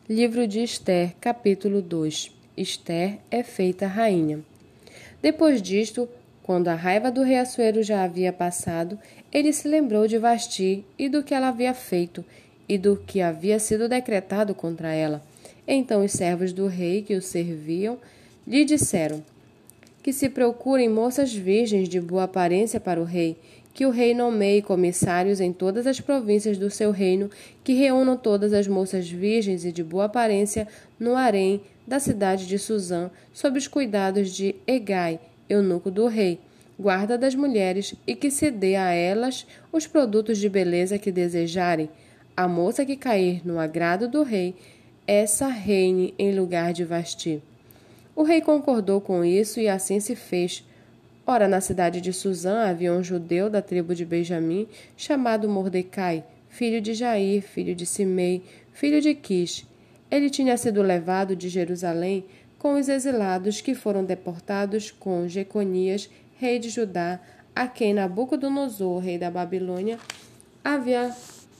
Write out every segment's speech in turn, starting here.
Livro de Ester, capítulo 2. Ester é feita rainha. Depois disto, quando a raiva do rei Assuero já havia passado, ele se lembrou de Vasti e do que ela havia feito, e do que havia sido decretado contra ela. Então os servos do rei que o serviam lhe disseram que se procurem moças virgens de boa aparência para o rei, que o rei nomeie comissários em todas as províncias do seu reino, que reúnam todas as moças virgens e de boa aparência no harém da cidade de Suzã, sob os cuidados de Hegai, eunuco do rei, guarda das mulheres, e que se dê a elas os produtos de beleza que desejarem. A moça que cair no agrado do rei, essa reine em lugar de Vasti. O rei concordou com isso e assim se fez. Ora, na cidade de Suzã havia um judeu da tribo de Benjamim, chamado Mordecai, filho de Jair, filho de Simei, filho de Quis. Ele tinha sido levado de Jerusalém com os exilados que foram deportados com Jeconias, rei de Judá, a quem Nabucodonosor, rei da Babilônia, havia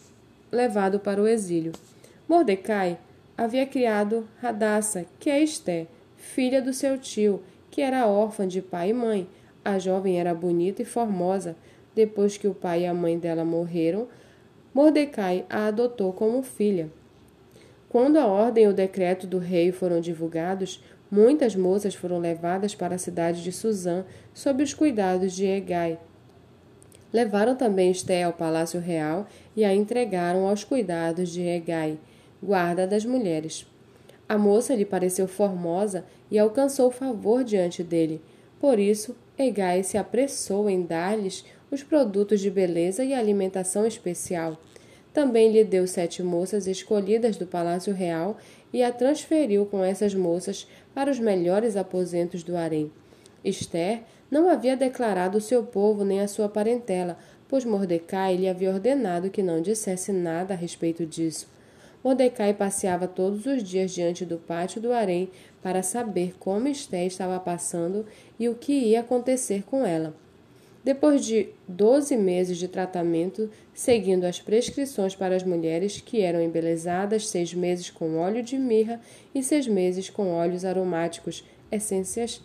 levado para o exílio. Mordecai havia criado Hadassa, que é Ester, filha do seu tio, que era órfã de pai e mãe. A jovem era bonita e formosa. Depois que o pai e a mãe dela morreram, Mordecai a adotou como filha. Quando a ordem e o decreto do rei foram divulgados, muitas moças foram levadas para a cidade de Suzã, sob os cuidados de Hegai. Levaram também Ester ao palácio real e a entregaram aos cuidados de Hegai, guarda das mulheres. A moça lhe pareceu formosa e alcançou favor diante dele. Por isso, Hegai se apressou em dar-lhes os produtos de beleza e alimentação especial. Também lhe deu 7 moças escolhidas do palácio real e a transferiu com essas moças para os melhores aposentos do harém. Ester não havia declarado o seu povo nem a sua parentela, pois Mordecai lhe havia ordenado que não dissesse nada a respeito disso. Mordecai passeava todos os dias diante do pátio do harém para saber como Ester estava passando e o que ia acontecer com ela. Depois de 12 meses de tratamento, seguindo as prescrições para as mulheres, que eram embelezadas 6 meses com óleo de mirra e 6 meses com óleos aromáticos, essências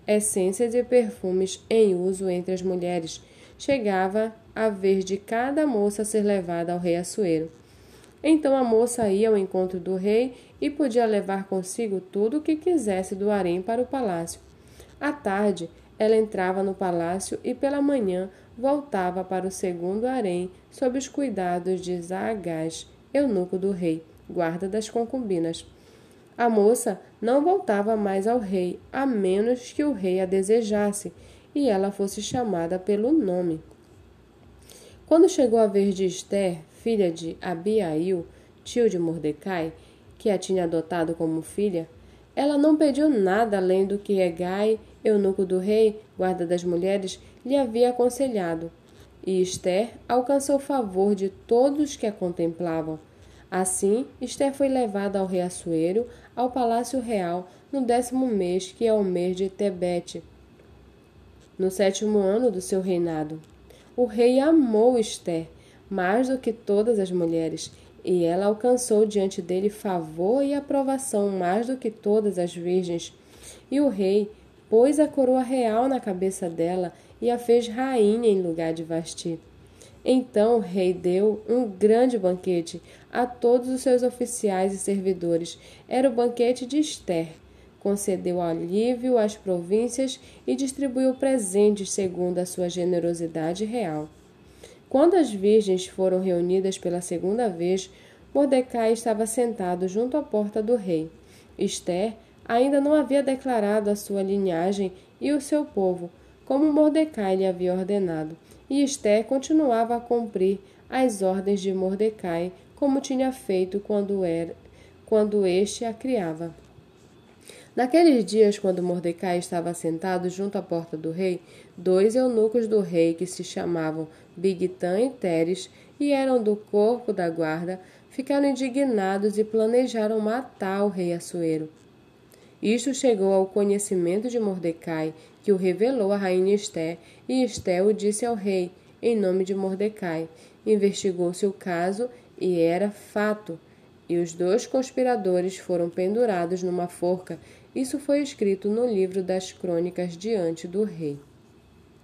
e perfumes em uso entre as mulheres, chegava a vez de cada moça ser levada ao rei Assuero. Então a moça ia ao encontro do rei e podia levar consigo tudo o que quisesse do harém para o palácio. À tarde, ela entrava no palácio e pela manhã voltava para o segundo harém sob os cuidados de Zaagás, eunuco do rei, guarda das concubinas. A moça não voltava mais ao rei, a menos que o rei a desejasse e ela fosse chamada pelo nome. Quando chegou a vez de Ester, filha de Abiail, tio de Mordecai, que a tinha adotado como filha, ela não pediu nada além do que Hegai, eunuco do rei, guarda das mulheres, lhe havia aconselhado. E Ester alcançou o favor de todos que a contemplavam. Assim, Ester foi levada ao rei Assuero, ao palácio real, no 10º mês, que é o mês de Tebete, no 7º ano do seu reinado. O rei amou Ester mais do que todas as mulheres, e ela alcançou diante dele favor e aprovação mais do que todas as virgens. E o rei pôs a coroa real na cabeça dela e a fez rainha em lugar de Vasti. Então o rei deu um grande banquete a todos os seus oficiais e servidores. Era o banquete de Ester. Concedeu alívio às províncias e distribuiu presentes segundo a sua generosidade real. Quando as virgens foram reunidas pela segunda vez, Mordecai estava sentado junto à porta do rei. Ester ainda não havia declarado a sua linhagem e o seu povo, como Mordecai lhe havia ordenado, e Ester continuava a cumprir as ordens de Mordecai, como tinha feito quando este a criava. Naqueles dias, quando Mordecai estava sentado junto à porta do rei, 2 eunucos do rei, que se chamavam Bigtã e Teres, e eram do corpo da guarda, ficaram indignados e planejaram matar o rei Assuero. Isto chegou ao conhecimento de Mordecai, que o revelou à rainha Ester, e Ester o disse ao rei, em nome de Mordecai. Investigou-se o caso, e era fato e os 2 conspiradores foram pendurados numa forca. Isso foi escrito no livro das crônicas diante do rei.